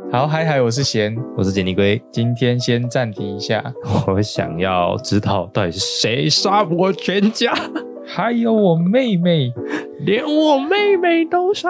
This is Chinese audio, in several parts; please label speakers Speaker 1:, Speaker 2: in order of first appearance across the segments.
Speaker 1: 好，嗨，我是贤，
Speaker 2: 我是杰尼龟。
Speaker 1: 今天先暂停一下，
Speaker 2: 我想要知道到底是谁杀我全家，
Speaker 1: 还有我妹妹，
Speaker 2: 连我妹妹都杀。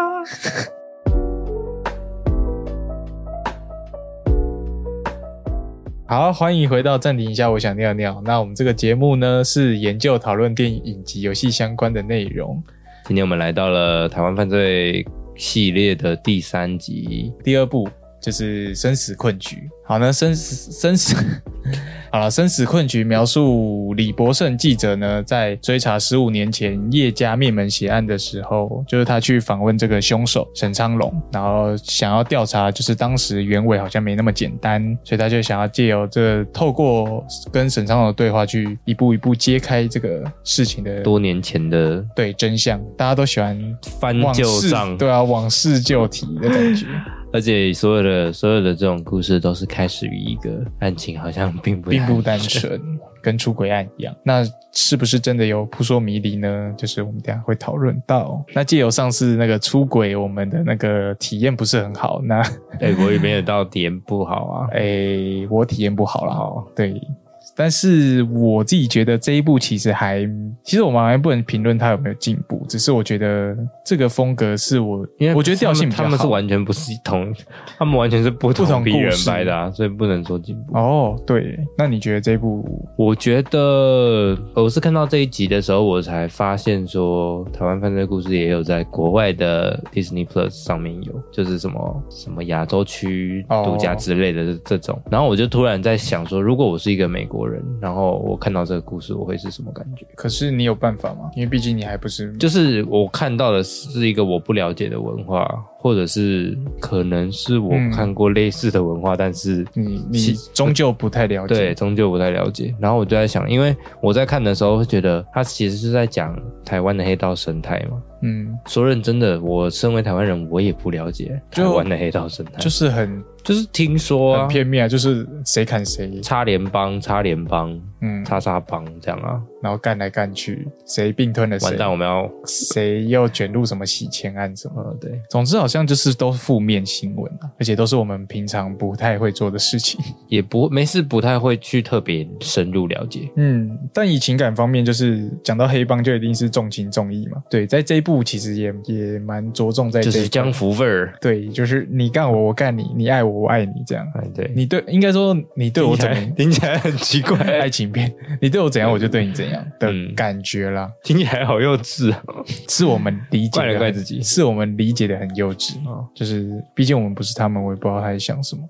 Speaker 1: 好，欢迎回到暂停一下，我想尿尿。那我们这个节目呢，是研究讨论电影及游戏相关的内容。
Speaker 2: 今天我们来到了台湾犯罪系列的第3集，
Speaker 1: 第2部就是生死困局。好呢，生死好了，生死困局描述李博胜记者呢，在追查15年前叶家灭门血案的时候，就是他去访问这个凶手沈昌龙，然后想要调查，就是当时原委好像没那么简单，所以他就想要借由这个透过跟沈昌龙的对话，去一步一步揭开这个事情的
Speaker 2: 多年前的
Speaker 1: 对真相。大家都喜欢
Speaker 2: 翻旧账，
Speaker 1: 对啊，往事旧题的感觉。
Speaker 2: 而且所有的这种故事都是开始于一个案情好像并不
Speaker 1: 单纯，跟出轨案一样。那是不是真的有扑朔迷离呢？就是我们等一下会讨论到。那藉由上次那个出轨，我们的那个体验不是很好。那
Speaker 2: 我也没有到体验不好啊。
Speaker 1: 我体验不好啦。对。但是我自己觉得这一部其实我们还不能评论它有没有进步，只是我觉得这个风格是我觉得调性比较好。
Speaker 2: 他们是完全不是他们完全是不同批人拍的啊，所以不能说进步。
Speaker 1: 哦，对，那你觉得这一部？
Speaker 2: 我觉得我是看到这一集的时候，我才发现说台湾犯罪故事也有在国外的 Disney Plus 上面有，就是什么亚洲区独家之类的这种。然后我就突然在想说，如果我是一个美国人，然后我看到这个故事，我会是什么感觉？可
Speaker 1: 是你有办法吗？因为毕竟你还不是，
Speaker 2: 就是我看到的是一个我不了解的文化，或者是可能是我看过类似的文化，但是
Speaker 1: 你终究不太了解。
Speaker 2: 对，终究不太了解。然后我就在想，因为我在看的时候会觉得他其实是在讲台湾的黑道生态嘛。说认真的，我身为台湾人，我也不了解台湾的黑道生态，就是听说
Speaker 1: 很片面啊，就是谁砍谁，
Speaker 2: 插联邦，叉帮这样啊，
Speaker 1: 然后干来干去，谁并吞了谁，
Speaker 2: 完蛋，我们要
Speaker 1: 谁又卷入什么洗钱案什么
Speaker 2: 对，
Speaker 1: 总之好像就是都负面新闻啊，而且都是我们平常不太会做的事情，
Speaker 2: 也没事不太会去特别深入了解。
Speaker 1: 但以情感方面，就是讲到黑帮就一定是重情重义嘛。对，在这一部其实也蛮着重在这一块，
Speaker 2: 就是江湖味儿。
Speaker 1: 对，就是你干我，我干你，你爱我，我爱你这样。
Speaker 2: 对，
Speaker 1: 应该说你对我怎么
Speaker 2: 听起来很奇怪，
Speaker 1: 爱情片，你对我怎样我就对你怎样的感觉啦。
Speaker 2: 听起来好幼稚啊，
Speaker 1: 是我们理解的，
Speaker 2: 怪自己，
Speaker 1: 是我们理解的很幼稚。就是毕竟我们不是他们，我也不知道他在想什么。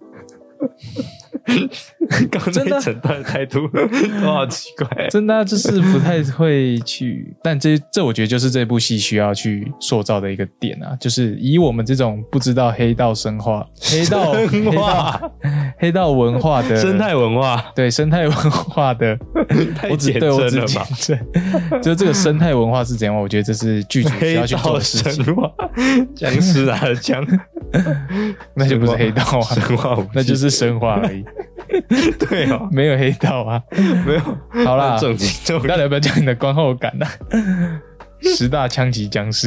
Speaker 2: 刚才整段的态度都好奇怪，
Speaker 1: 真的就是不太会去，但这我觉得就是这部戏需要去塑造的一个点啊，就是以我们这种不知道黑道文化的
Speaker 2: 生态文化，
Speaker 1: 对生态文化的，
Speaker 2: 太简真了吧？
Speaker 1: 就这个生态文化是怎样？我觉得这是剧组需要去做的事情。
Speaker 2: 僵尸啊，
Speaker 1: 那就不是黑道啊，
Speaker 2: 生化武器，
Speaker 1: 那就是生化而已。
Speaker 2: 对哦，
Speaker 1: 没有黑道啊，
Speaker 2: 没有。
Speaker 1: 好啦，到底要不要讲你的观后感啊？10大枪击僵尸，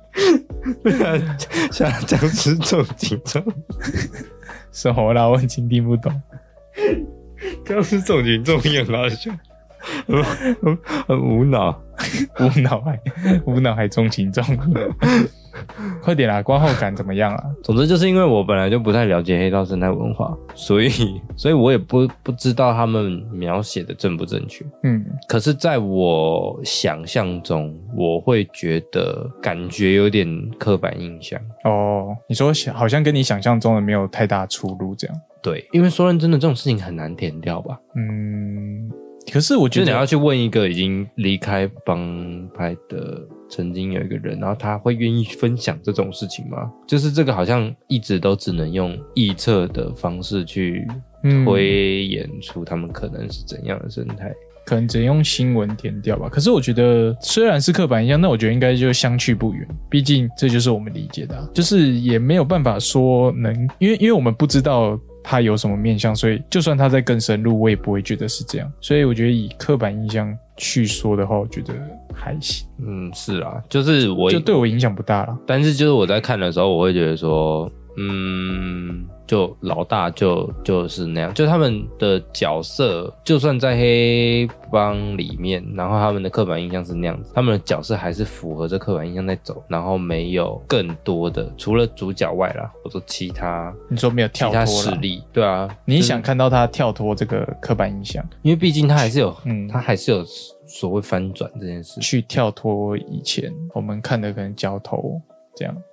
Speaker 2: 像僵尸重警重，
Speaker 1: 什么啦？我已经听不懂。
Speaker 2: 僵尸重警重也很好笑，很无脑，
Speaker 1: 无脑还重情重。快点啦，观后感怎么样啊？
Speaker 2: 总之就是因为我本来就不太了解黑道生态文化，所以我也不知道他们描写的正不正确。可是在我想象中，我会觉得感觉有点刻板印象。
Speaker 1: 你说好像跟你想象中的没有太大出入这样。
Speaker 2: 对，因为说认真的，这种事情很难填掉吧。
Speaker 1: 可是我觉得
Speaker 2: 就是你要去问一个已经离开帮派的曾经有一个人，然后他会愿意分享这种事情吗？就是这个好像一直都只能用臆测的方式去推演出他们可能是怎样的生态，
Speaker 1: 可能只能用新闻填掉吧。可是我觉得虽然是刻板印象，那我觉得应该就相去不远，毕竟这就是我们理解的就是也没有办法说能，因为我们不知道他有什么面向，所以就算他再更深入，我也不会觉得是这样。所以我觉得以刻板印象去说的话，我觉得还行。
Speaker 2: 是啊，就是
Speaker 1: 就对我影响不大啦。
Speaker 2: 但是就是我在看的时候，我会觉得说， 就老大就是那样，就他们的角色，就算在黑帮里面，然后他们的刻板印象是那样子，他们的角色还是符合这刻板印象在走，然后没有更多的，除了主角外啦，或者说其他，
Speaker 1: 你说没有跳脱啦，
Speaker 2: 其他势力，对啊，
Speaker 1: 你想看到他跳脱这个刻板印象，
Speaker 2: 因为毕竟他还是有，他还是有所谓翻转这件事，
Speaker 1: 去跳脱以前我们看的可能角头这样。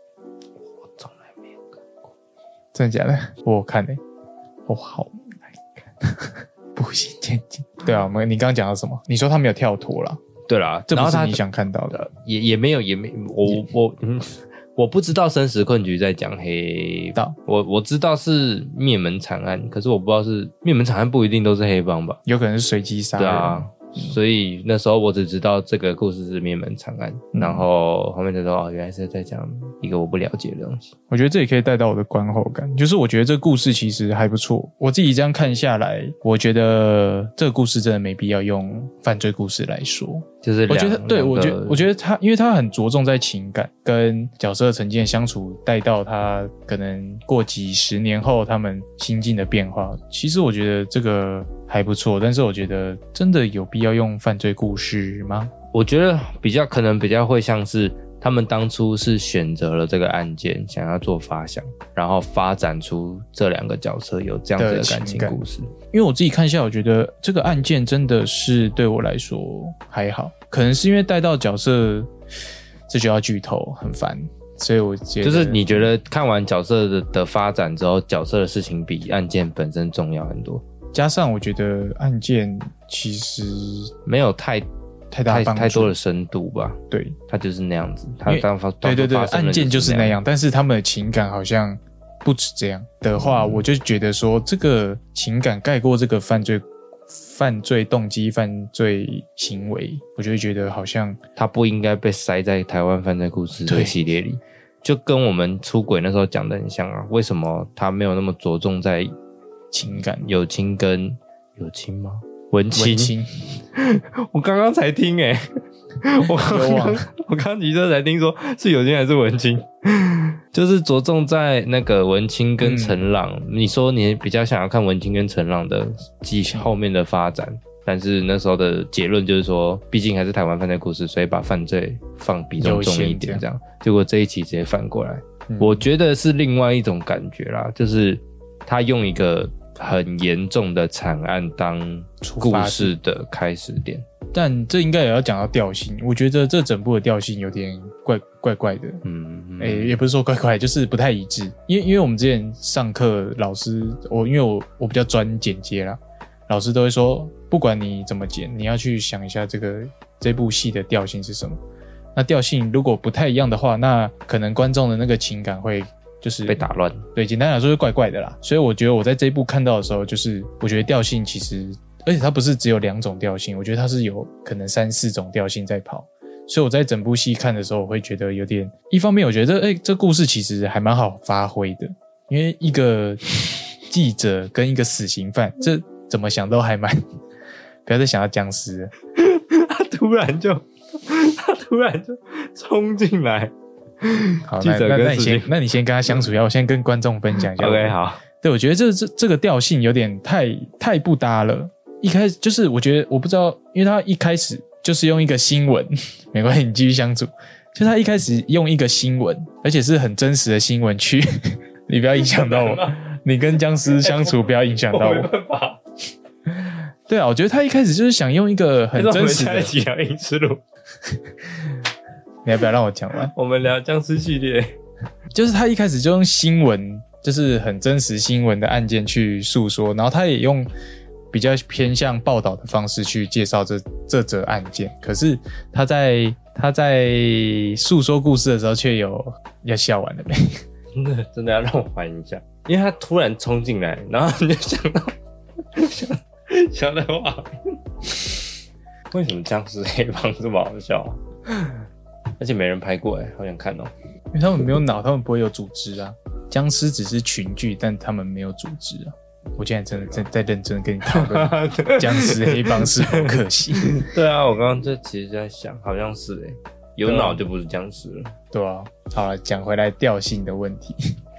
Speaker 1: 真的假的？我有看好难看，步行渐进。对啊，你刚刚讲到什么？你说他没有跳脱啦？
Speaker 2: 对啦，
Speaker 1: 这不是你想看到的，
Speaker 2: 也没有，我不知道生死困局在讲黑道，我知道是灭门惨案，可是我不知道是灭门惨案不一定都是黑帮吧？
Speaker 1: 有可能是随机杀人。
Speaker 2: 对啊。所以那时候我只知道这个故事是灭门惨案，然后后面才说原来是在讲一个我不了解的东西。
Speaker 1: 我觉得这也可以带到我的观后感，就是我觉得这个故事其实还不错。我自己这样看下来，我觉得这个故事真的没必要用犯罪故事来说。
Speaker 2: 就是
Speaker 1: 我觉得对，我觉得他，因为他很着重在情感跟角色曾经的相处，带到他可能过几十年后他们心境的变化。其实我觉得这个还不错，但是我觉得真的有必要用犯罪故事吗？
Speaker 2: 我觉得可能比较会像是他们当初是选择了这个案件，想要做发想，然后发展出这两个角色有这样子的感情故事。
Speaker 1: 因为我自己看一下，我觉得这个案件真的是对我来说还好，可能是因为带到角色，这就要剧透，很烦。所以我觉得
Speaker 2: 就是你觉得看完角色的发展之后，角色的事情比案件本身重要很多。
Speaker 1: 加上我觉得案件其实
Speaker 2: 没有太多的深度吧？对，它就是那样子。
Speaker 1: 对，案件就是那样，但是他们的情感好像不止这样的话，我就觉得说这个情感盖过这个犯罪动机、犯罪行为，我就会觉得好像
Speaker 2: 它不应该被塞在台湾犯罪故事的系列里，就跟我们出轨那时候讲的很像啊。为什么他没有那么着重在
Speaker 1: 情感、
Speaker 2: 友情跟友情吗？文青，我刚刚才听我刚骑车才听说是友情还是文青，就是着重在那个文青跟陈朗。你说你比较想要看文青跟陈朗的后面的发展，但是那时候的结论就是说，毕竟还是台湾犯罪故事，所以把犯罪放比重重一点，这样。结果这一期直接反过来，我觉得是另外一种感觉啦，就是他用一个很严重的惨案当故事的开始点，
Speaker 1: 但这应该也要讲到调性。我觉得这整部的调性有点怪怪的，也不是说怪怪，就是不太一致。因为我们之前上课，老师因为我比较专剪接啦，老师都会说，不管你怎么剪，你要去想一下这部戏的调性是什么。那调性如果不太一样的话，那可能观众的那个情感会就是
Speaker 2: 被打乱。
Speaker 1: 对，简单来说是怪怪的啦。所以我觉得我在这一部看到的时候，就是我觉得调性其实，而且它不是只有2种调性，我觉得它是有可能3、4种调性在跑。所以我在整部戏看的时候，我会觉得有点，一方面我觉得这故事其实还蛮好发挥的，因为一个记者跟一个死刑犯，这怎么想都还蛮，不要再想到僵尸了。
Speaker 2: 他突然就冲进来。
Speaker 1: 好，那你先跟他相处一下，我先跟观众分享一下。
Speaker 2: OK， 好。
Speaker 1: 对，我觉得这个调性有点太不搭了。一开始就是我觉得我不知道，因为他一开始就是用一个新闻，没关系，你继续相处。就他一开始用一个新闻，而且是很真实的新闻去，你不要影响到我，你跟僵尸相处不要影响到我。
Speaker 2: 没办法。
Speaker 1: 对啊，我觉得他一开始就是想用一个很真实的。
Speaker 2: 我们下一集聊阴尸路。
Speaker 1: 你要不要让我讲完？
Speaker 2: 我们聊僵尸系列，
Speaker 1: 就是他一开始就用新闻，就是很真实新闻的案件去诉说，然后他也用比较偏向报道的方式去介绍这则案件。可是他在诉说故事的时候，却有要笑完了没？
Speaker 2: 真的要让我缓一下，因为他突然冲进来，然后你就想到哇，为什么僵尸黑帮这么好笑啊？而且没人拍过好想看哦。
Speaker 1: 因为他们没有脑，他们不会有组织啊。僵尸只是群聚，但他们没有组织啊。我现在真的在认真跟你讨论僵尸黑帮是否可行。
Speaker 2: 对啊，我刚刚这其实在想，好像是有脑就不是僵尸了。
Speaker 1: 对啊，好了，讲回来调性的问题。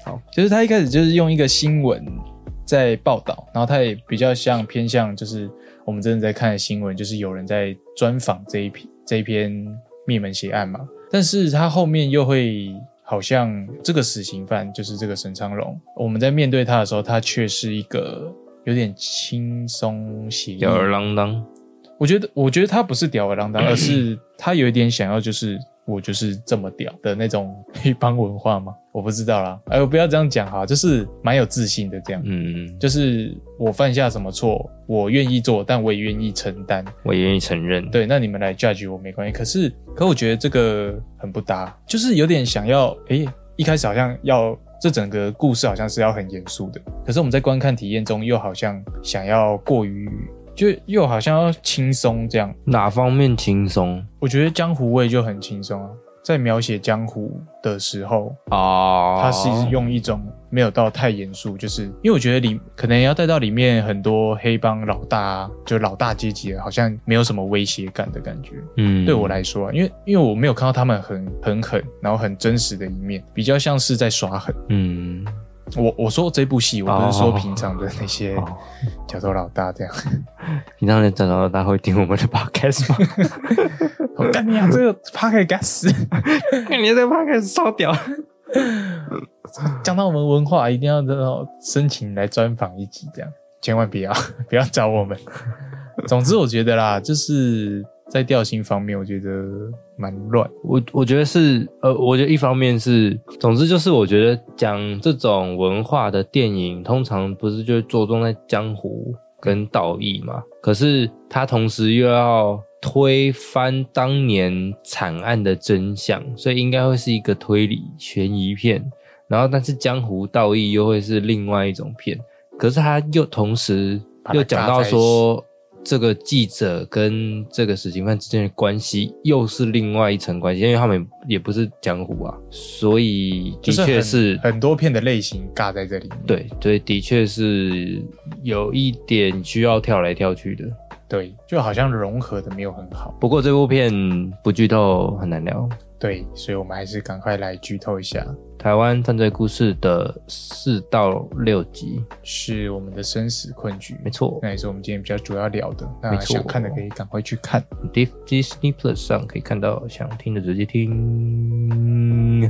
Speaker 2: 好，
Speaker 1: 就是他一开始就是用一个新闻在报道，然后他也比较偏向就是我们真的在看的新闻，就是有人在专访这一篇灭门血案嘛，但是他后面又会好像这个死刑犯就是这个沈昌荣，我们在面对他的时候，他却是一个有点轻松写意
Speaker 2: 吊儿郎当。
Speaker 1: 我觉得他不是吊儿郎当，而是他有一点想要就是我就是这么屌的那种黑帮文化吗？我不知道啦。我不要这样讲哈，就是蛮有自信的这样。就是我犯下什么错，我愿意做，但我也愿意承担，
Speaker 2: 我也愿意承认。
Speaker 1: 对，那你们来 judge 我没关系。可我觉得这个很不搭，就是有点想要，一开始好像要这整个故事好像是要很严肃的，可是我们在观看体验中又好像想要过于。就又好像要轻松这样。
Speaker 2: 哪方面轻松？
Speaker 1: 我觉得江湖味就很轻松啊，在描写江湖的时候他是用一种没有到太严肃，就是因为我觉得可能要带到里面很多黑帮老大就老大阶级好像没有什么威胁感的感觉。对我来说啊，因为我没有看到他们很狠，然后很真实的一面，比较像是在耍狠。我说这部戏，我不是说平常的那些角头老大这样。
Speaker 2: 平常的角头老大会听我们的 podcast 吗？
Speaker 1: 我干你啊！这个 podcast 该死！
Speaker 2: 你这个 podcast 超屌！
Speaker 1: 讲到我们文化，一定要申请来专访一集，这样千万不要找我们。总之，我觉得啦，就是在调性方面，我觉得蛮乱。
Speaker 2: 我觉得是我觉得一方面是，总之就是我觉得讲这种文化的电影，通常不是就着重在江湖跟道义嘛？可是它同时又要推翻当年惨案的真相，所以应该会是一个推理悬疑片。然后，但是江湖道义又会是另外一种片。可是他又同时又讲到说，这个记者跟这个死刑犯之间的关系又是另外一层关系，因为他们也不是江湖啊，所以的确是
Speaker 1: 很多片的类型尬在这里面。
Speaker 2: 对，的确是有一点需要跳来跳去的。
Speaker 1: 对，就好像融合的没有很好。
Speaker 2: 不过这部片不剧透很难聊。
Speaker 1: 对，所以我们还是赶快来剧透一下。
Speaker 2: 台湾犯罪故事的4到6集
Speaker 1: 是我们的生死困局，
Speaker 2: 没错，
Speaker 1: 那也是我们今天比较主要聊的。那想看的可以赶快去看
Speaker 2: Disney Plus 上可以看到，想听的直接听。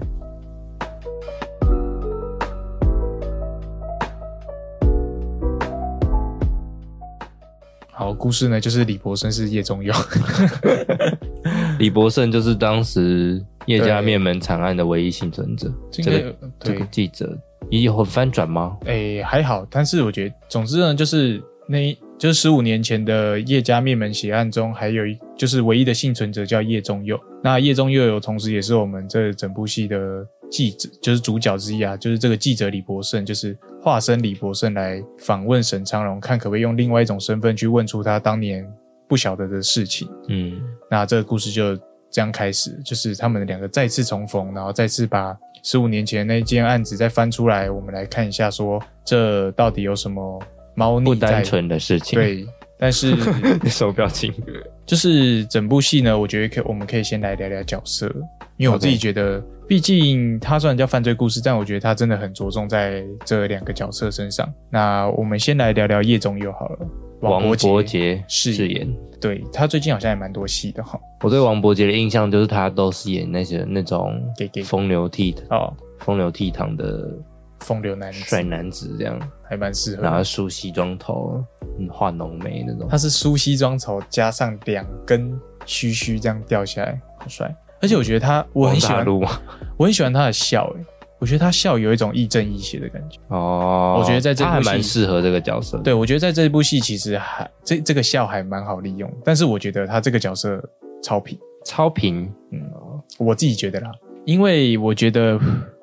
Speaker 1: 好，故事呢就是李博胜是叶中佑。
Speaker 2: 李博胜就是当时叶家灭门惨案的唯一幸存者。这个记者也有翻转吗？
Speaker 1: 还好，但是我觉得，总之呢，就是15年前的叶家灭门血案中，还有就是唯一的幸存者叫叶中佑。那叶中佑同时也是我们这整部戏的记者，就是主角之一啊，就是这个记者李博胜，就是化身李博胜来访问沈昌荣，看可不可以用另外一种身份去问出他当年不晓得的事情。那这个故事就这样开始，就是他们两个再次重逢，然后再次把15年前那件案子再翻出来，我们来看一下说这到底有什么猫腻在，
Speaker 2: 不单纯的事情。
Speaker 1: 对，但是
Speaker 2: 手表情
Speaker 1: 就是整部戏呢，我觉得我们可以先来聊聊角色，因为我自己觉得毕竟它虽然叫犯罪故事，但我觉得它真的很着重在这2个角色身上。那我们先来聊聊叶中佑好了，
Speaker 2: 王柏杰饰演。
Speaker 1: 对，他最近好像也蛮多戏的哈。
Speaker 2: 我对王柏杰的印象就是他都是演那种风流倜傥的
Speaker 1: 风流男子、
Speaker 2: 帅男子这样，
Speaker 1: 还蛮适合。
Speaker 2: 然后梳西装头，画浓眉那种。
Speaker 1: 他是梳西装头加上2根须须这样掉下来，好帅。而且我觉得我很喜欢他的笑，我觉得他笑有一种亦正亦邪的感觉。
Speaker 2: 我
Speaker 1: 觉得在这部戏
Speaker 2: 他还蛮适合这个角色。
Speaker 1: 对，我觉得在这部戏其实这个笑还蛮好利用，但是我觉得他这个角色超平。我自己觉得啦，因为我觉得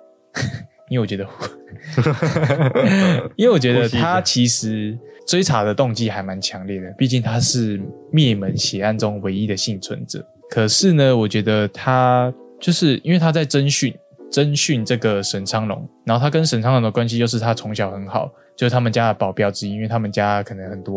Speaker 1: 他其实追查的动机还蛮强烈的，毕竟他是灭门血案中唯一的幸存者。可是呢，我觉得他就是因为他在侦讯这个沈昌荣，然后他跟沈昌荣的关系就是他从小很好，就是他们家的保镖之一，因为他们家可能很多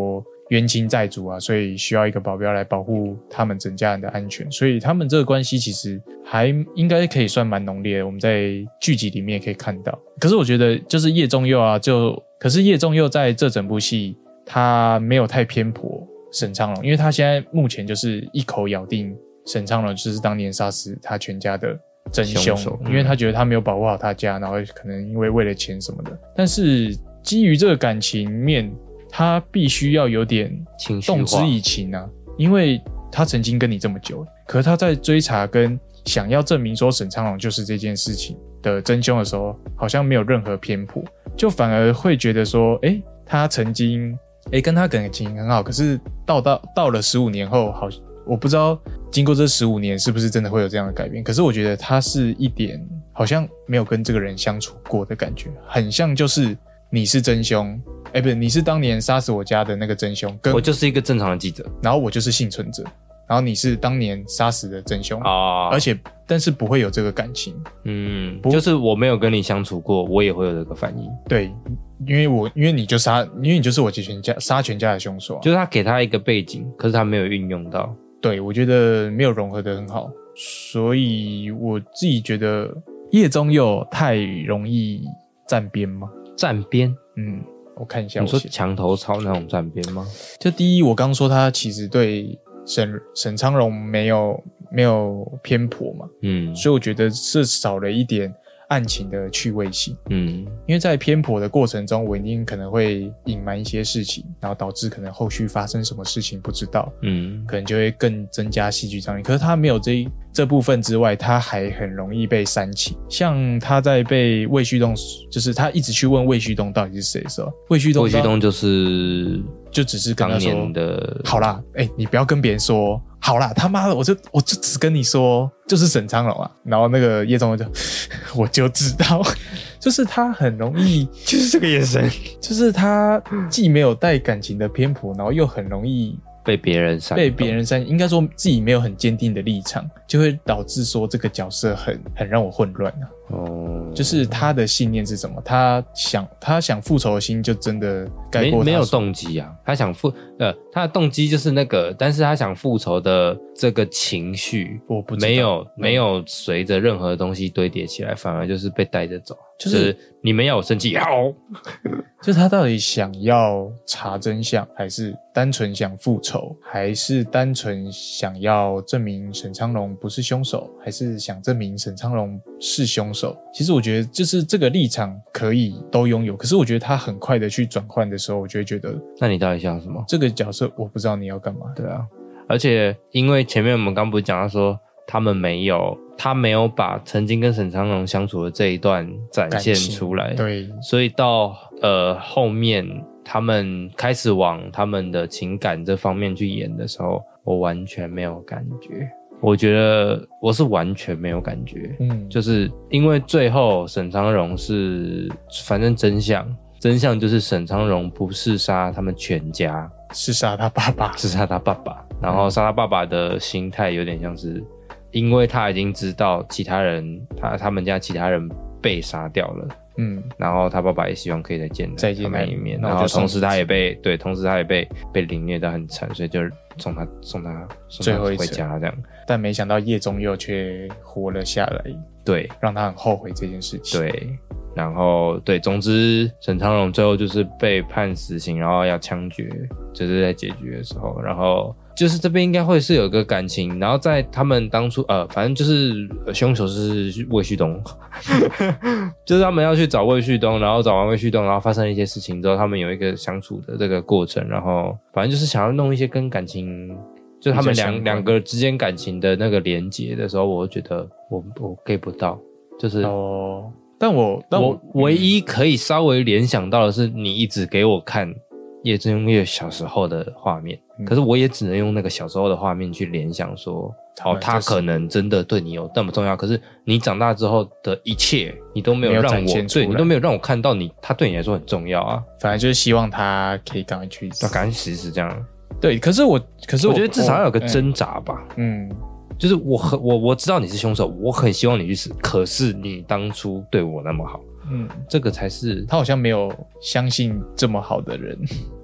Speaker 1: 冤亲债主啊，所以需要一个保镖来保护他们整家人的安全，所以他们这个关系其实还应该可以算蛮浓烈的，我们在剧集里面也可以看到。可是我觉得就是叶仲佑啊，可是叶仲佑在这整部戏他没有太偏颇沈昌荣，因为他现在目前就是一口咬定沈昌荣就是当年杀死他全家的真凶，因为他觉得他没有保护好他家，然后可能因为了钱什么的。但是基于这个感情面，他必须要有点动之以情啊，因为他曾经跟你这么久，可是他在追查跟想要证明说沈昌荣就是这件事情的真凶的时候，好像没有任何偏颇，就反而会觉得说，他曾经跟他感情很好，可是到了15年后，我不知道经过这15年是不是真的会有这样的改变，可是我觉得他是一点好像没有跟这个人相处过的感觉，很像就是你是真凶，不是，你是当年杀死我家的那个真凶，
Speaker 2: 我就是一个正常的记者，
Speaker 1: 然后我就是幸存者，然后你是当年杀死的真凶但是不会有这个感情，
Speaker 2: 就是我没有跟你相处过，我也会有这个反应。
Speaker 1: 对，因为你就是我杀全家的凶手
Speaker 2: 就是他给他一个背景，可是他没有运用到。
Speaker 1: 对，我觉得没有融合得很好，所以我自己觉得叶仲佑太容易站边吗？
Speaker 2: 站边？
Speaker 1: 我看一下。
Speaker 2: 你说墙头草那种站边吗？
Speaker 1: 就第一，我刚说他其实对沈昌荣没有偏颇嘛，所以我觉得是少了一点案情的趣味性，因为在偏颇的过程中，我一定可能会隐瞒一些事情，然后导致可能后续发生什么事情不知道，可能就会更增加戏剧张力。可是他没有这部分之外，他还很容易被煽情。像他在被魏旭东，就是他一直去问魏旭东到底是谁的时候，魏旭东就只是跟他说
Speaker 2: 当年的
Speaker 1: 好啦，你不要跟别人说好啦，他妈的，我就只跟你说就是沈昌荣啊。然后那个叶仲佑就我就知道，就是他很容易
Speaker 2: 就是这个眼神，
Speaker 1: 就是他既没有带感情的偏颇，然后又很容易
Speaker 2: 被别人煽，
Speaker 1: 应该说自己没有很坚定的立场，就会导致说这个角色很让我混乱啊。就是他的信念是什么？他想复仇的心就真的盖过他
Speaker 2: 没有动机啊。他的动机就是那个，但是他想复仇的这个情绪，
Speaker 1: 我不知道
Speaker 2: 没有随着任何东西堆叠起来，反而就是被带着走。就是你们要我生气，好。
Speaker 1: 就是他到底想要查真相，还是单纯想复仇，还是单纯想要证明沈昌荣不是凶手，还是想证明沈昌荣是凶手？其实我觉得就是这个立场可以都拥有，可是我觉得他很快的去转换的时候，我就会觉得，
Speaker 2: 那你到底想什么？
Speaker 1: 这个角色我不知道你要干嘛。
Speaker 2: 对啊，而且因为前面我们刚不是讲到说他没有把曾经跟沈昌荣相处的这一段展现出来，
Speaker 1: 对，
Speaker 2: 所以到后面他们开始往他们的情感这方面去演的时候，我完全没有感觉。我觉得我是完全没有感觉，就是因为最后沈昌荣反正真相就是沈昌荣不是杀他们全家，
Speaker 1: 是杀他爸爸，
Speaker 2: 然后杀他爸爸的心态有点像是因为他已经知道其他人他们家其他人被杀掉了，然后他爸爸也希望可以再见他一面，然后同时他也被凌虐到很惨，所以就送他
Speaker 1: 最后一
Speaker 2: 回家这样。
Speaker 1: 但没想到叶仲佑却活了下来，
Speaker 2: 对，
Speaker 1: 让他很后悔这件事情。
Speaker 2: 对，然后对，总之沈昌荣最后就是被判死刑，然后要枪决，就是在结局的时候，然后就是这边应该会是有个感情，然后在他们当初反正就是凶手是魏旭东就是他们要去找魏旭东，然后找完魏旭东，然后发生一些事情之后，他们有一个相处的这个过程，然后反正就是想要弄一些跟感情，就他们两个之间感情的那个连结的时候，我觉得我 get 不到，就是
Speaker 1: 但我
Speaker 2: 唯一可以稍微联想到的是，你一直给我看叶仲佑小时候的画面，可是我也只能用那个小时候的画面去联想说，他可能真的对你有那么重要，可是你长大之后的一切，你都没有让我对你都没有让我看到他对你来说很重要啊。
Speaker 1: 反正就是希望他可以赶快去
Speaker 2: 死这样。
Speaker 1: 对，可是我
Speaker 2: 觉得至少要有个挣扎吧。就是我知道你是凶手，我很希望你去死，可是你当初对我那么好，这个才是
Speaker 1: 他好像没有相信这么好的人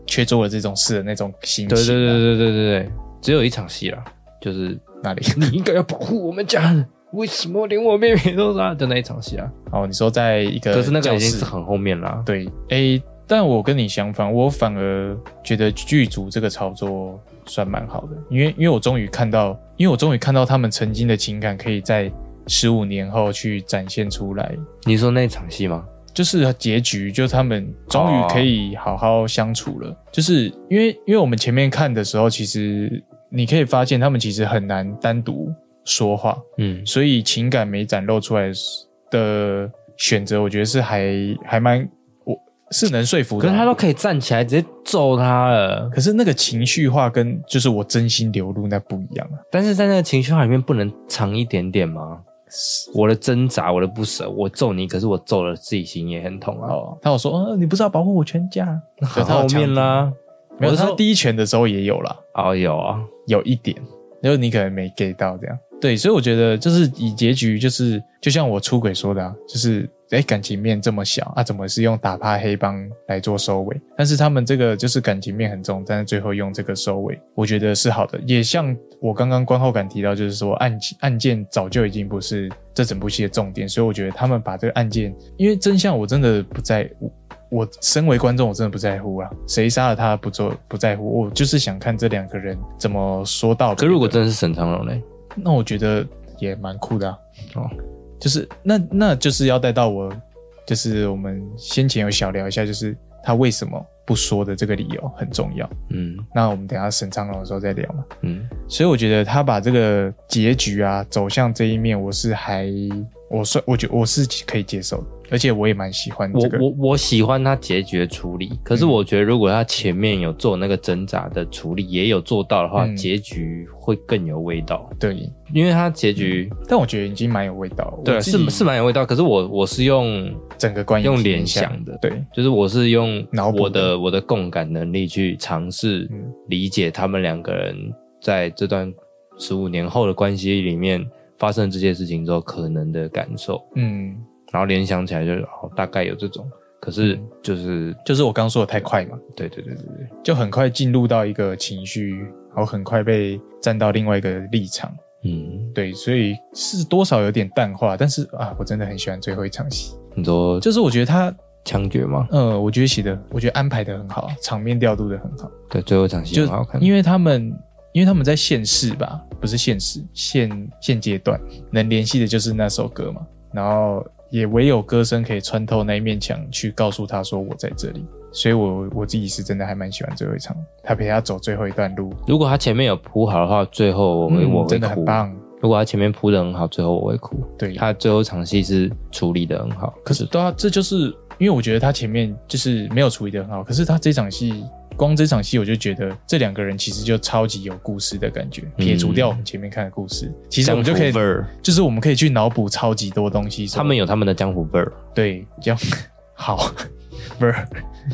Speaker 1: 却做了这种事的那种心情。
Speaker 2: 对，只有一场戏啦，就是
Speaker 1: 哪里？
Speaker 2: 你应该要保护我们家人，为什么连我妹妹都杀？就那一场戏啊。
Speaker 1: 哦，你说在一个，
Speaker 2: 可是那个已经是很后面啦。
Speaker 1: 对，但我跟你相反，我反而觉得剧组这个操作算蛮好的，因为我终于看到，他们曾经的情感可以在15年后去展现出来。
Speaker 2: 你说那场戏吗？
Speaker 1: 就是结局，就他们终于可以好好相处了。就是因为我们前面看的时候，其实你可以发现他们其实很难单独说话，所以情感没展露出来的选择，我觉得是还蛮是能说服的。
Speaker 2: 可是他都可以站起来直接揍他了。
Speaker 1: 可是那个情绪化跟就是我真心流露那不一样啊。
Speaker 2: 但是在那个情绪化里面不能藏一点点吗？我的挣扎，我的不舍，我揍你，可是我揍了自己心也很痛啊。
Speaker 1: 他有说，你不是要保护我全家？
Speaker 2: 很后面啦，
Speaker 1: 没有，他第一拳的时候也有啦。
Speaker 2: 有啊，
Speaker 1: 有一点，就是你可能没 get 到这样。对，所以我觉得就是以结局，就是就像我出轨说的啊，就是感情面这么小啊，怎么是用打趴黑帮来做收尾？但是他们这个就是感情面很重，但是最后用这个收尾，我觉得是好的。也像我刚刚观后感提到，就是说案件早就已经不是这整部戏的重点，所以我觉得他们把这个案件，因为真相我真的不在，我身为观众我真的不在乎啊，谁杀了他不在乎，我就是想看这两个人怎么说道理。
Speaker 2: 可如果真的是沈昌荣呢？
Speaker 1: 那我觉得也蛮酷的啊。就是那就是要带到我，就是我们先前有小聊一下，就是他为什么不说的这个理由很重要。那我们等一下沈昌荣的时候再聊嘛。所以我觉得他把这个结局啊走向这一面，我觉得我是可以接受的，而且我也蛮喜欢这个。
Speaker 2: 我喜欢他结局的处理，可是我觉得如果他前面有做那个挣扎的处理，也有做到的话，结局会更有味道。
Speaker 1: 对，
Speaker 2: 因为他结局，
Speaker 1: 但我觉得已经蛮有味道。
Speaker 2: 对，是蛮有味道。可是我是用
Speaker 1: 整个观影
Speaker 2: 用联想的，
Speaker 1: 对，
Speaker 2: 就是我是用我的共感能力去尝试理解他们两个人在这段15年后的关系里面发生这些事情之后可能的感受，然后联想起来就是大概有这种，可是
Speaker 1: 就是我刚刚说的太快嘛，
Speaker 2: 对，
Speaker 1: 就很快进入到一个情绪，然后很快被站到另外一个立场，对，所以是多少有点淡化，但是我真的很喜欢最后一场戏。
Speaker 2: 你说
Speaker 1: 就是我觉得他
Speaker 2: 枪决吗？
Speaker 1: 我觉得安排的很好，场面调度的很好。
Speaker 2: 对，最后一场戏很好看，
Speaker 1: 因为他们在现世吧，不是现世，现阶段能联系的就是那首歌嘛，然后也唯有歌声可以穿透那一面墙去告诉他说我在这里，所以我自己是真的还蛮喜欢最后一场，他陪他走最后一段路。如
Speaker 2: 果他前面有铺好的话，最后我会哭，
Speaker 1: 真的很棒。
Speaker 2: 如果他前面铺得很好，最后我会哭。
Speaker 1: 对，
Speaker 2: 他最后一场戏是处理得很好。
Speaker 1: 可是对啊，这就是因为我觉得他前面就是没有处理得很好，可是他这场戏，光这场戏我就觉得这两个人其实就超级有故事的感觉。撇除掉我们前面看的故事，其实我们就可以，就是我们可以去脑补超级多东西。
Speaker 2: 他们有他们的江湖味儿，
Speaker 1: 对，这样好味儿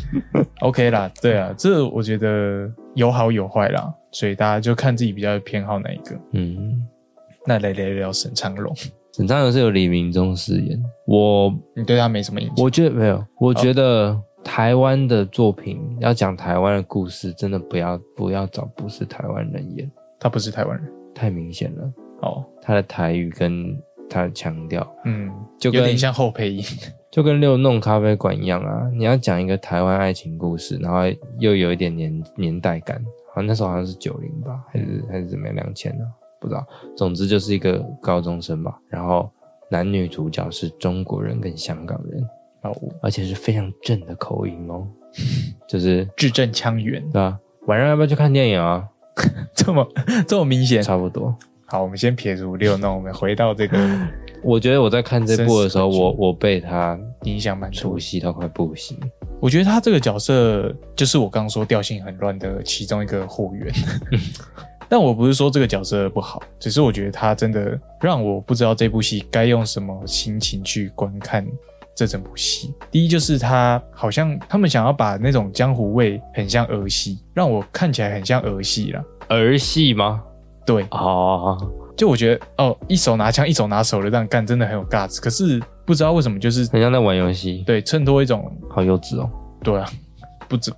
Speaker 1: ，OK 啦，对啊，这我觉得有好有坏啦，所以大家就看自己比较偏好哪一个。那来聊聊沈昌荣。
Speaker 2: 沈昌荣是由李明忠饰演，
Speaker 1: 你对他没什么印象？
Speaker 2: 我觉得没有，我觉得台湾的作品要讲台湾的故事，真的不要找不是台湾人演。
Speaker 1: 他不是台湾人，
Speaker 2: 太明显了。他的台语跟他的腔调，
Speaker 1: 就有点像后配音，
Speaker 2: 就跟六弄咖啡馆一样啊。你要讲一个台湾爱情故事，然后又有一点年代感，好像那时候好像是90吧，还是怎么样2000啊？不知道，总之就是一个高中生吧，然后男女主角是中国人跟香港人，而且是非常正的口音哦，就是
Speaker 1: 字正腔圆，
Speaker 2: 对吧？晚上要不要去看电影啊？
Speaker 1: 这么明显，
Speaker 2: 差不多。
Speaker 1: 好，我们先撇除六弄，我们回到这个。
Speaker 2: 我觉得我在看这部的时候，我被他
Speaker 1: 影响蛮
Speaker 2: 出戏到快不行。
Speaker 1: 我觉得他这个角色就是我刚刚说调性很乱的其中一个货源。但我不是说这个角色不好，只是我觉得他真的让我不知道这部戏该用什么心情去观看这整部戏。第一就是他好像他们想要把那种江湖味很像儿戏，让我看起来很像儿戏啦。
Speaker 2: 儿戏吗？
Speaker 1: 对，就我觉得一手拿枪一手拿手榴弹干真的很有 guts， 可是不知道为什么就是
Speaker 2: 很像在玩游戏。
Speaker 1: 对，衬托一种
Speaker 2: 好幼稚哦。
Speaker 1: 对啊，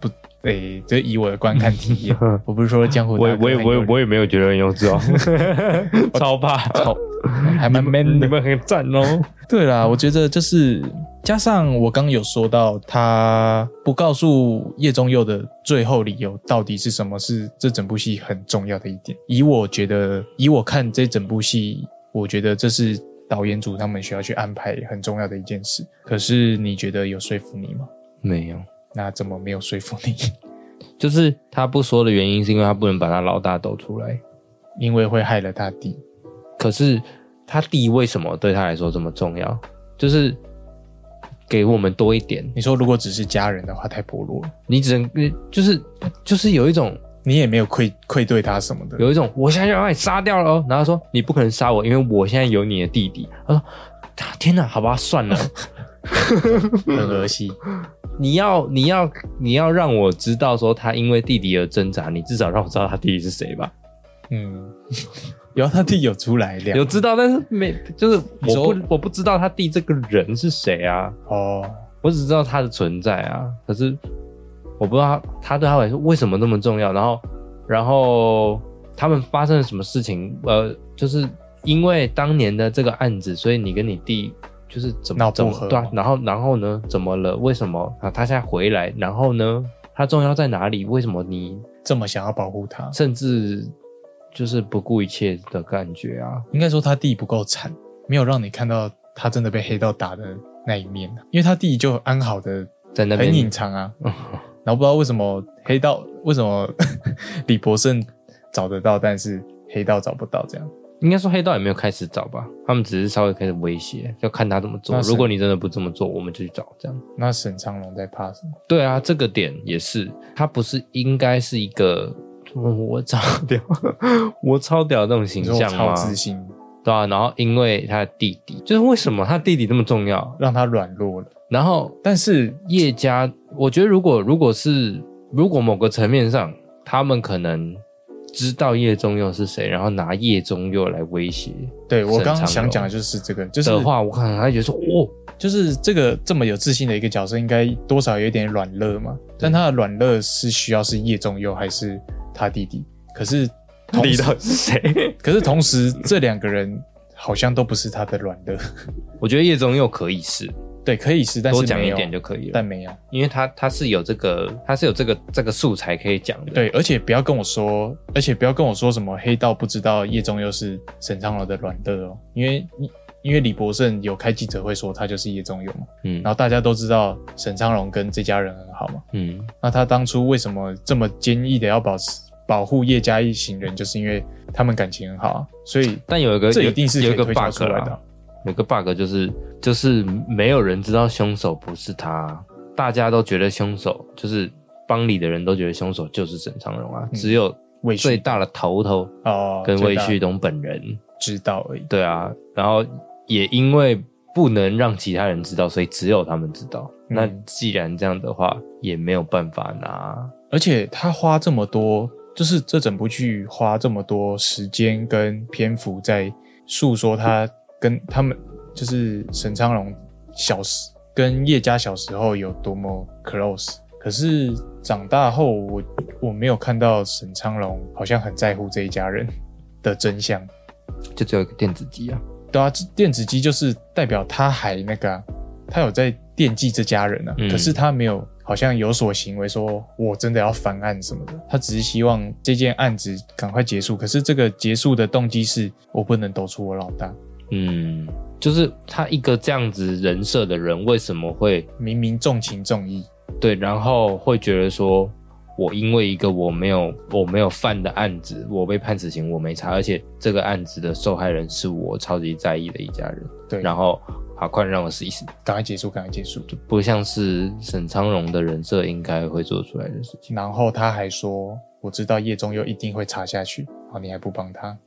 Speaker 1: 对，这以我的观看体验，我不是说江湖大哥
Speaker 2: 我也没有觉得很幼稚哦，超怕，
Speaker 1: 还蛮 man 的，
Speaker 2: 你们很赞哦。
Speaker 1: 对啦，我觉得就是加上我刚有说到，他不告诉叶宗佑的最后理由到底是什么，是这整部戏很重要的一点。以我看这整部戏，我觉得这是导演组他们需要去安排很重要的一件事。可是你觉得有说服你吗？
Speaker 2: 没有。
Speaker 1: 那怎么没有说服你？
Speaker 2: 就是他不说的原因是因为他不能把他老大抖出来，
Speaker 1: 因为会害了他弟。
Speaker 2: 可是他弟为什么对他来说这么重要？就是给我们多一点。
Speaker 1: 你说如果只是家人的话，太薄弱了。你
Speaker 2: 只能就是有一种，
Speaker 1: 你也没有愧对他什么的，
Speaker 2: 有一种我现在就要把你杀掉了哦。然后他说你不可能杀我，因为我现在有你的弟弟。他说天哪，好吧，算了，
Speaker 1: 很恶心。
Speaker 2: 你要让我知道说他因为弟弟而挣扎，你至少让我知道他弟弟是谁吧。
Speaker 1: 有他弟有出来聊，
Speaker 2: 有知道，但是没，就是我不知道他弟这个人是谁啊。我只知道他的存在啊，可是我不知道他对他来说为什么那么重要。然后他们发生了什么事情？就是因为当年的这个案子，所以你跟你弟就是怎么对啊？然后呢？怎么了？为什么他现在回来？然后呢？他重要在哪里？为什么你
Speaker 1: 这么想要保护他？
Speaker 2: 甚至就是不顾一切的感觉啊！
Speaker 1: 应该说他弟不够惨，没有让你看到他真的被黑道打的那一面啊。因为他弟就安好的
Speaker 2: 在那边
Speaker 1: 很隐藏啊，然后不知道为什么为什么李博胜找得到，但是黑道找不到这样。
Speaker 2: 应该说黑道也没有开始找吧，他们只是稍微开始威胁，要看他怎么做。如果你真的不这么做，我们就去找这样。
Speaker 1: 那沈昌龙在怕什么？
Speaker 2: 对啊，这个点也是，他不是应该是一个我超屌的那种形象吗？
Speaker 1: 超自信，
Speaker 2: 对啊。然后因为他的弟弟，就是为什么他弟弟那么重要，
Speaker 1: 让他软弱了。
Speaker 2: 然后，
Speaker 1: 但是
Speaker 2: 叶家，我觉得如果某个层面上，他们可能知道叶宗佑是谁，然后拿叶宗佑来威胁。
Speaker 1: 对，我刚刚想讲的就是这个，就是
Speaker 2: 的话，我可能还觉得说，
Speaker 1: 就是这个这么有自信的一个角色，应该多少有一点软弱嘛。但他的软弱是需要是叶宗佑还是他弟弟？可是
Speaker 2: 弟弟是谁？
Speaker 1: 可是同时这两个人好像都不是他的软弱。
Speaker 2: 我觉得叶宗佑可以是。
Speaker 1: 对，可以是，但是
Speaker 2: 多讲一点就可以了，
Speaker 1: 但没有，
Speaker 2: 因为他是有这个素材可以讲的。
Speaker 1: 对，而且不要跟我说什么黑道不知道叶宗佑是沈昌龙的软弱哦，因为李博胜有开记者会说他就是叶宗佑嘛，然后大家都知道沈昌龙跟这家人很好嘛，那他当初为什么这么坚毅的要保护叶家一行人，就是因为他们感情很好啊，所以
Speaker 2: 但
Speaker 1: 这一定是可以推敲出来的。
Speaker 2: 有个 bug 就是没有人知道凶手不是他，大家都觉得凶手就是帮里的人都觉得凶手就是沈昌荣啊，只有最大的头跟魏旭东本人
Speaker 1: 知道而已。
Speaker 2: 对啊，然后也因为不能让其他人知道，所以只有他们知道。那既然这样的话，也没有办法拿。
Speaker 1: 而且他花这么多，就是这整部剧花这么多时间跟篇幅在诉说他跟他们就是沈昌荣跟叶家小时候有多么 close， 可是长大后我没有看到沈昌荣好像很在乎这一家人的真相，
Speaker 2: 就只有一个电子鸡啊。
Speaker 1: 对啊，电子鸡就是代表他还那个他有在惦记这家人啊，可是他没有好像有所行为说我真的要翻案什么的，他只是希望这件案子赶快结束，可是这个结束的动机是我不能抖出我老大。
Speaker 2: 就是他一个这样子人设的人，为什么会
Speaker 1: 明明重情重义？
Speaker 2: 对，然后会觉得说，我因为一个我没有犯的案子，我被判死刑，我没差，而且这个案子的受害人是我超级在意的一家人。对，然后好，快让我死一死，
Speaker 1: 赶快结束，赶快结束，
Speaker 2: 就不像是沈昌荣的人设应该会做出来的事情。
Speaker 1: 然后他还说，我知道叶宗佑一定会查下去，好，你还不帮他？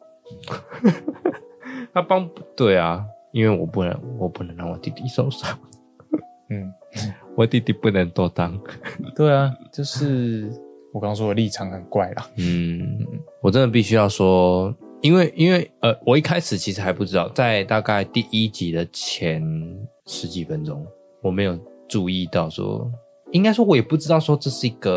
Speaker 2: 他帮对啊，因为我不能让我弟弟受伤。我弟弟不能多当。
Speaker 1: 对啊，就是我刚说的立场很怪啦。
Speaker 2: 我真的必须要说，因为我一开始其实还不知道，在大概第一集的前10几分钟，我没有注意到说，应该说我也不知道说这是一个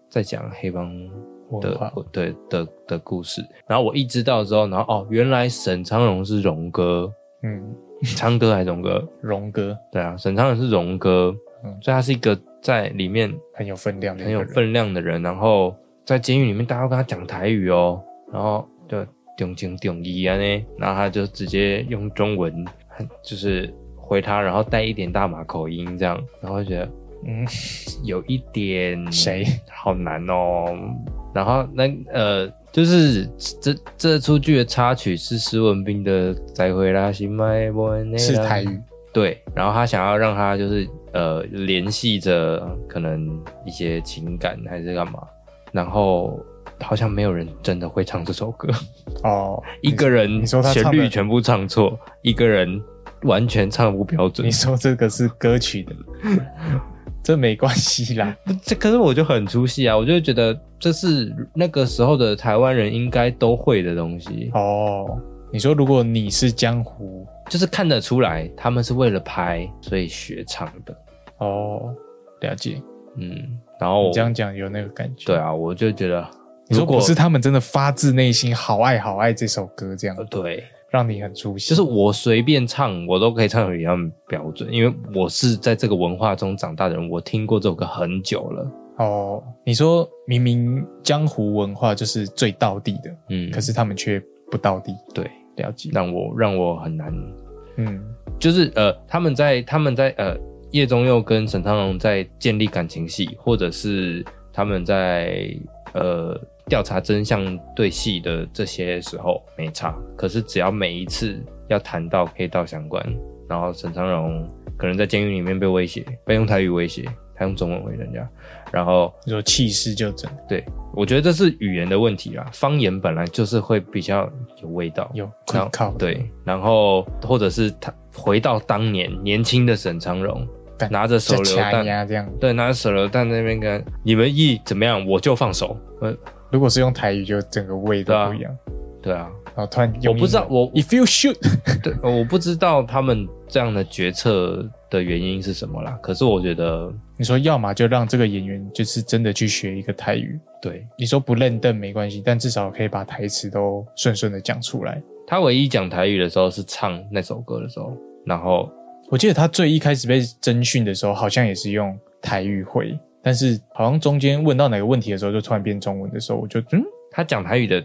Speaker 2: 在讲黑帮的
Speaker 1: 文化
Speaker 2: 的故事。然后我一知道之后，然后原来沈昌荣是荣哥，昌哥还是荣哥？
Speaker 1: 荣哥，
Speaker 2: 对啊，沈昌荣是荣哥，所以他是一个在里面
Speaker 1: 很有分量
Speaker 2: 的人，然后在监狱里面大家都跟他讲台语哦，然后就中情中义啊呢，然后他就直接用中文就是回他，然后带一点大马口音这样，然后就觉得有一点
Speaker 1: 谁
Speaker 2: 好难哦。然后就是这出剧的插曲是施文彬的《再会啦心爱无缘的》，
Speaker 1: 是台语，
Speaker 2: 对，然后他想要让他就是联系着可能一些情感还是干嘛，然后好像没有人真的会唱这首歌
Speaker 1: 哦，
Speaker 2: 一个人旋律全部唱错，一个人完全唱不标准。
Speaker 1: 你说这个是歌曲的这没关系啦，
Speaker 2: 可是我就很出戏啊，我就觉得这是那个时候的台湾人应该都会的东西
Speaker 1: 哦。你说如果你是江湖，
Speaker 2: 就是看得出来他们是为了拍所以学唱的
Speaker 1: 哦，了解。
Speaker 2: 然后
Speaker 1: 你这样讲有那个感觉。
Speaker 2: 对啊，我就觉得
Speaker 1: 你说不是他们真的发自内心好爱好爱这首歌这样，
Speaker 2: 对，
Speaker 1: 让你很出戏。
Speaker 2: 就是我随便唱我都可以唱得一样标准，因为我是在这个文化中长大的人，我听过这首歌很久了。
Speaker 1: 哦，你说明明江湖文化就是最道地的，可是他们却不道地。
Speaker 2: 对，
Speaker 1: 了解。
Speaker 2: 让我很难。就是他们在叶宗佑跟沈昌荣在建立感情戏，或者是他们在调查真相对戏的这些时候没差，可是只要每一次要谈到黑道相关，然后沈昌荣可能在监狱里面被威胁，被用台语威胁，他用中文回人家，然后
Speaker 1: 你说气势就整。
Speaker 2: 对，我觉得这是语言的问题啦，方言本来就是会比较有味道，
Speaker 1: 有靠。
Speaker 2: 对，然后或者是他回到当年年轻的沈昌荣，拿着手榴弹
Speaker 1: 这样，
Speaker 2: 对，拿着手榴弹在那边跟你们一怎么样我就放手。
Speaker 1: 如果是用台语就整个味道不一样。
Speaker 2: 对啊，
Speaker 1: 然后突然用
Speaker 2: 我不知道
Speaker 1: if you shoot
Speaker 2: 对，我不知道他们这样的决策的原因是什么啦，可是我觉得
Speaker 1: 你说要么就让这个演员就是真的去学一个台语，
Speaker 2: 对，
Speaker 1: 你说不认凳没关系，但至少可以把台词都顺顺的讲出来。
Speaker 2: 他唯一讲台语的时候是唱那首歌的时候，然后
Speaker 1: 我记得他最一开始被侦讯的时候好像也是用台语回，但是好像中间问到哪个问题的时候就突然变中文的时候，我就他讲台语的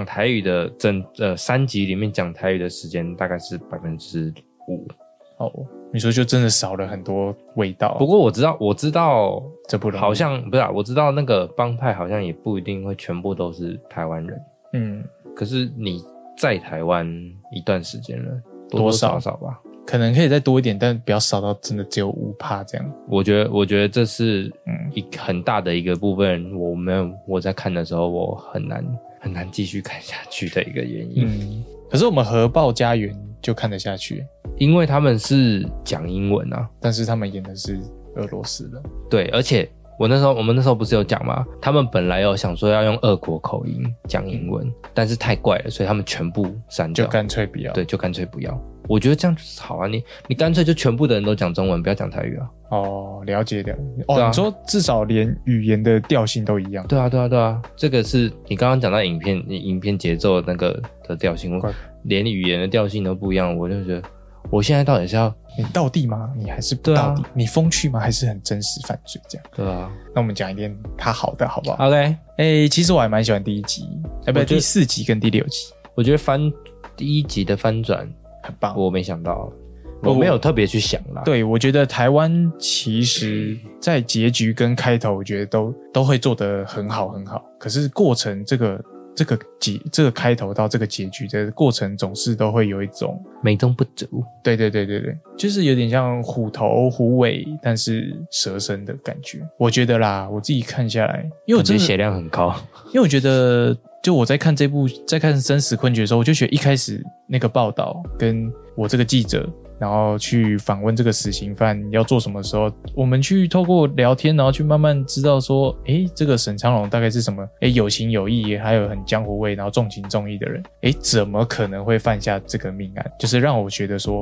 Speaker 1: 3集里面讲台语的时间大概是5%。 哦，你说就真的少了很多味道。
Speaker 2: 不过我知道
Speaker 1: 这不容易，
Speaker 2: 好像不是我知道那个帮派好像也不一定会全部都是台湾人。可是你在台湾一段时间了，多多少少吧，
Speaker 1: 可能可以再多一点，但不要少到真的只有5%这样。
Speaker 2: 我觉得这是很大的一个部分，我在看的时候我很难继续看下去的一个原因。
Speaker 1: 可是我们核爆家园就看得下去，
Speaker 2: 因为他们是讲英文啊，
Speaker 1: 但是他们演的是俄罗斯人。
Speaker 2: 对，而且我们那时候不是有讲吗？他们本来有想说要用俄国口音讲英文，但是太怪了，所以他们全部删掉，
Speaker 1: 就干脆不要。
Speaker 2: 对，就干脆不要。我觉得这样就是好啊，你干脆就全部的人都讲中文，不要讲台语啊。
Speaker 1: 哦，了解的。哦，你说至少连语言的调性都一样。
Speaker 2: 对啊，这个是你刚刚讲到影片节奏那个的调性，连语言的调性都不一样，我就觉得我现在到底是要
Speaker 1: 你道地吗？你还是不道地？你风趣吗？还是很真实犯罪这样？
Speaker 2: 对啊。
Speaker 1: 那我们讲一点他好的好不好
Speaker 2: ？OK。
Speaker 1: 其实我还蛮喜欢第1集，第4集跟第6集。
Speaker 2: 我觉得第1集的翻转
Speaker 1: 很棒，
Speaker 2: 我没想到，我没有特别去想啦。
Speaker 1: 对，我觉得台湾其实在结局跟开头，我觉得都会做得很好很好。可是过程这个开头到这个结局的过程，总是都会有一种
Speaker 2: 美中不足。
Speaker 1: 对，就是有点像虎头虎尾，但是蛇身的感觉。我觉得啦，我自己看下来，因为我真的
Speaker 2: 血量很高，
Speaker 1: 因为我觉得。就我在看生死困局的时候，我就觉得一开始那个报道跟我这个记者，然后去访问这个死刑犯要做什么的时候，我们去透过聊天，然后去慢慢知道说，这个沈昌荣大概是什么，有情有义，还有很江湖味，然后重情重义的人，怎么可能会犯下这个命案？就是让我觉得说，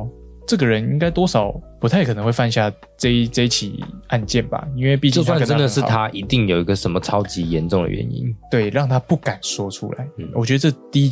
Speaker 1: 这个人应该多少不太可能会犯下这一起案件吧，因为毕竟
Speaker 2: 就算真的是
Speaker 1: 他
Speaker 2: 他，一定有一个什么超级严重的原因，
Speaker 1: 对，让他不敢说出来。我觉得这第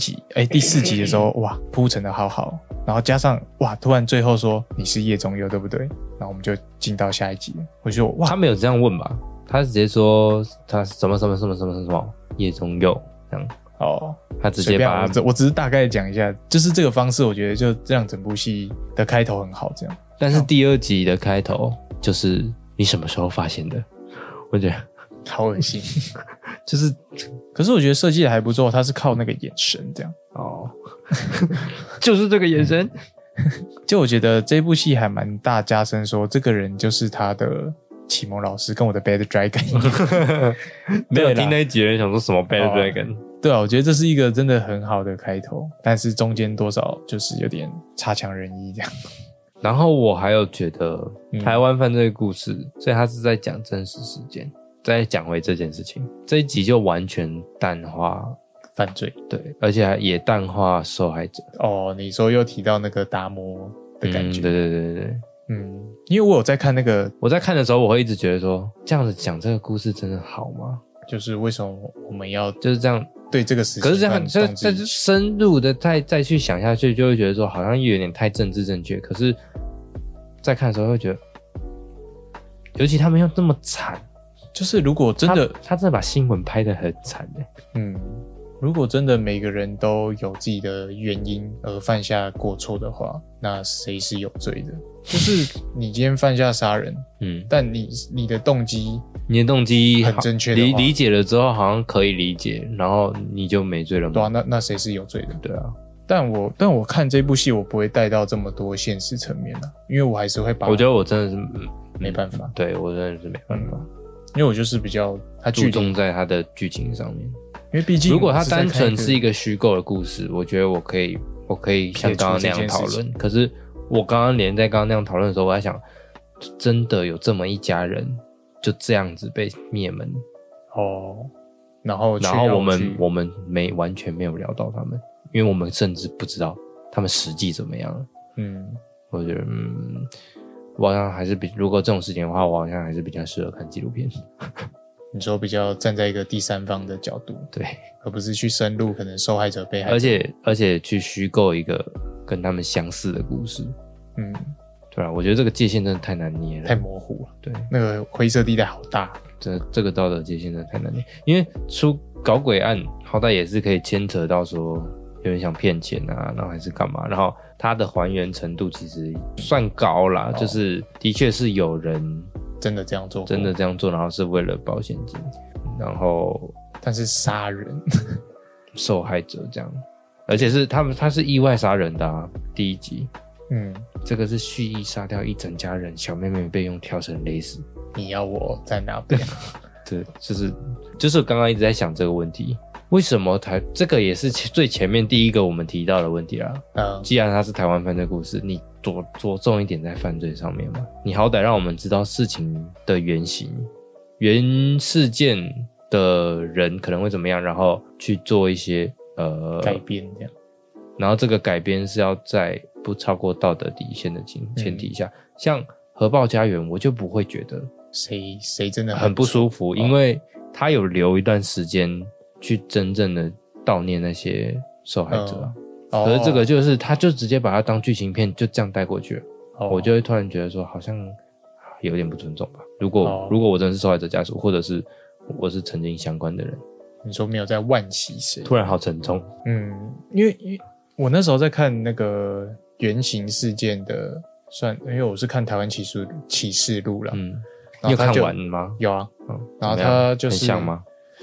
Speaker 1: 4集的时候，哇，铺陈的好好，然后加上哇，突然最后说你是叶中佑对不对？然后我们就进到下一集了。我就哇，
Speaker 2: 他没有这样问吧？他直接说他什么叶中佑这样。
Speaker 1: 哦，
Speaker 2: 他直接把
Speaker 1: 我只是大概讲一下，就是这个方式，我觉得就这样整部戏的开头很好，这样。
Speaker 2: 但是第2集的开头就是你什么时候发现的？我觉得
Speaker 1: 好恶心，
Speaker 2: 就是，
Speaker 1: 可是我觉得设计的还不错，他是靠那个眼神这样。
Speaker 2: 哦，就是这个眼神。
Speaker 1: 就我觉得这部戏还蛮大加深说，这个人就是他的启蒙老师，跟我的 Bad Dragon 一样。
Speaker 2: 没有听那一集的人想说什么 Bad Dragon。
Speaker 1: 对啊，我觉得这是一个真的很好的开头，但是中间多少就是有点差强人意这样。
Speaker 2: 然后我还有觉得台湾犯罪故事，所以他是在讲真实事件，再讲回这件事情。这一集就完全淡化
Speaker 1: 犯罪，
Speaker 2: 对，而且也淡化受害者。
Speaker 1: 哦，你说又提到那个达摩的感觉，
Speaker 2: 对，
Speaker 1: 因为我有在看那个，
Speaker 2: 我在看的时候，我会一直觉得说，这样子讲这个故事真的好吗？
Speaker 1: 就是为什么我们要
Speaker 2: 就是这样
Speaker 1: 对这个事情，
Speaker 2: 可是这样再深入的再去想下去，就会觉得说好像有点太政治正确。可是，在看的时候会觉得，尤其他们又这么惨，
Speaker 1: 就是如果真的
Speaker 2: 他真的把新闻拍得很惨
Speaker 1: 如果真的每个人都有自己的原因而犯下过错的话，那谁是有罪的？就是你今天犯下杀人，但你的动机很正确的话，
Speaker 2: 理解了之后好像可以理解，然后你就没罪了吗？
Speaker 1: 对啊，那谁是有罪的？
Speaker 2: 对啊。
Speaker 1: 但我看这部戏，我不会带到这么多现实层面啊，因为我还是会把，
Speaker 2: 我觉得我真的是
Speaker 1: 没办法，
Speaker 2: 对我真的是没办法，
Speaker 1: 因为我就是比较他
Speaker 2: 注重在他的剧情上面。
Speaker 1: 因为毕竟
Speaker 2: 如果它单纯是一个虚构的故事，我觉得我可以像刚刚那样讨论。可是我刚刚那样讨论的时候，我在想，真的有这么一家人就这样子被灭门然后我们完全没有聊到他们，因为我们甚至不知道他们实际怎么样了。我觉得我好像还是如果这种事情的话，我好像还是比较适合看纪录片。
Speaker 1: 你说比较站在一个第三方的角度，
Speaker 2: 对，
Speaker 1: 而不是去深入可能受害者被害
Speaker 2: 者，而且去虚构一个跟他们相似的故事。对啊，我觉得这个界限真的太难捏了，
Speaker 1: 太模糊了。
Speaker 2: 对，
Speaker 1: 那个灰色地带好大，
Speaker 2: 这个道德界限真的太难捏，因为搞鬼案好歹也是可以牵扯到说有人想骗钱啊，然后还是干嘛，然后它的还原程度其实算高啦，就是的确是有人
Speaker 1: 真的这样做，
Speaker 2: 然后是为了保险金，然后
Speaker 1: 但是杀人
Speaker 2: 受害者这样，而且是他是意外杀人的啊，第1集，这个是蓄意杀掉一整家人，小妹妹被用跳绳勒死，
Speaker 1: 你要我在哪边？
Speaker 2: 对，就是刚刚一直在想这个问题，为什么这个也是最前面第一个我们提到的问题啦。既然它是台湾犯罪故事，你着重一点在犯罪上面嘛，你好歹让我们知道事情的原型、原事件的人可能会怎么样，然后去做一些
Speaker 1: 改编这样。
Speaker 2: 然后这个改编是要在不超过道德底线的前提下，像核爆家园，我就不会觉得
Speaker 1: 谁真的
Speaker 2: 很不舒服，因为他有留一段时间去真正的悼念那些受害者可是这个就是他就直接把它当剧情片就这样带过去了，我就会突然觉得说好像有点不尊重吧。如果我真的是受害者家属，或者是我是曾经相关的人，
Speaker 1: 你说没有在惋惜谁？
Speaker 2: 突然好沉重。
Speaker 1: 因为我那时候在看那个原型事件的，因为我是看台湾启示录啦。
Speaker 2: 你有看完吗？
Speaker 1: 有啊。然后他就是
Speaker 2: 很像吗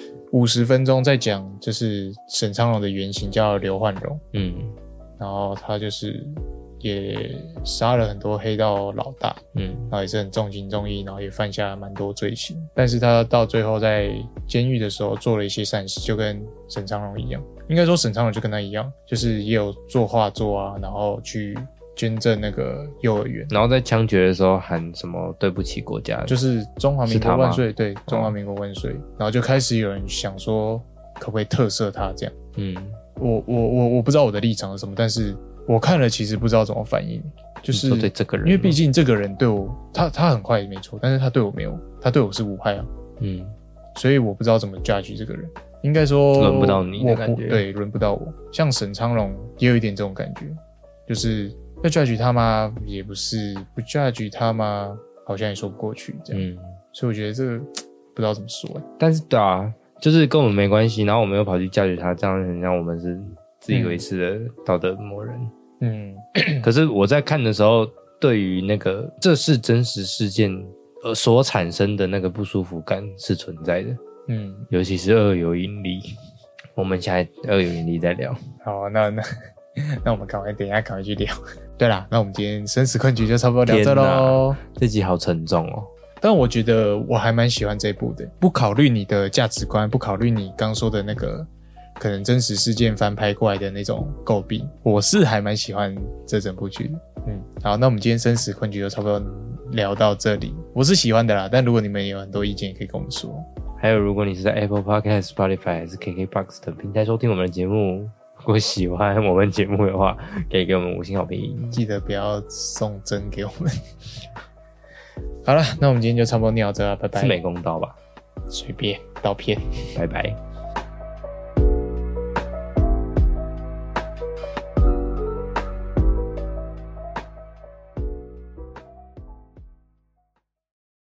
Speaker 1: ？50分钟在讲就是沈昌荣的原型叫刘焕荣，然后他就是也杀了很多黑道老大，然后也是很重情重义，然后也犯下蛮多罪行，但是他到最后在监狱的时候做了一些善事，就跟沈昌荣一样，应该说沈昌荣就跟他一样，就是也有做画作啊，然后去捐赠那个幼儿园，
Speaker 2: 然后在枪决的时候喊什么对不起国家，
Speaker 1: 就是中华民国万岁，对，中华民国万岁，然后就开始有人想说可不可以特赦他这样。我不知道我的立场是什么，但是我看了其实不知道怎么反应， 就是
Speaker 2: 对这个人，
Speaker 1: 因为毕竟这个人对我，他很坏没错，但是他对我没有，他对我是无害啊。所以我不知道怎么 judge 这个人，应该说
Speaker 2: 轮不到你的感觉，
Speaker 1: 对，轮不到我。像沈昌荣也有一点这种感觉，就是要 judge 他吗？也不是，不 judge 他吗？好像也说不过去这样。所以我觉得这个不知道怎么说。
Speaker 2: 但是对啊，就是跟我们没关系，然后我们又跑去 judge 他，这样很像我们是自以为是的道德魔人。可是我在看的时候，对于那个这是真实事件所产生的那个不舒服感是存在的。尤其是恶有引力，我们现在恶有引力再聊。
Speaker 1: 好，那我们等一下赶快去聊。对啦，那我们今天生死困局就差不多聊这咯。
Speaker 2: 这集好沉重哦。
Speaker 1: 但我觉得我还蛮喜欢这部的，不考虑你的价值观，不考虑你刚说的那个可能真实事件翻拍过来的那种诟病，我是还蛮喜欢这整部剧的。好，那我们今天生死困局就差不多聊到这里。我是喜欢的啦，但如果你们有很多意见，也可以跟我们说。
Speaker 2: 还有，如果你是在 Apple Podcast、Spotify 还是 KKBOX 等平台收听我们的节目，如果喜欢我们节目的话，可以给我们5星好评。
Speaker 1: 记得不要送针给我们。好了，那我们今天就差不多聊到这了，拜拜。
Speaker 2: 是美工刀吧？
Speaker 1: 随便刀片，
Speaker 2: 拜拜。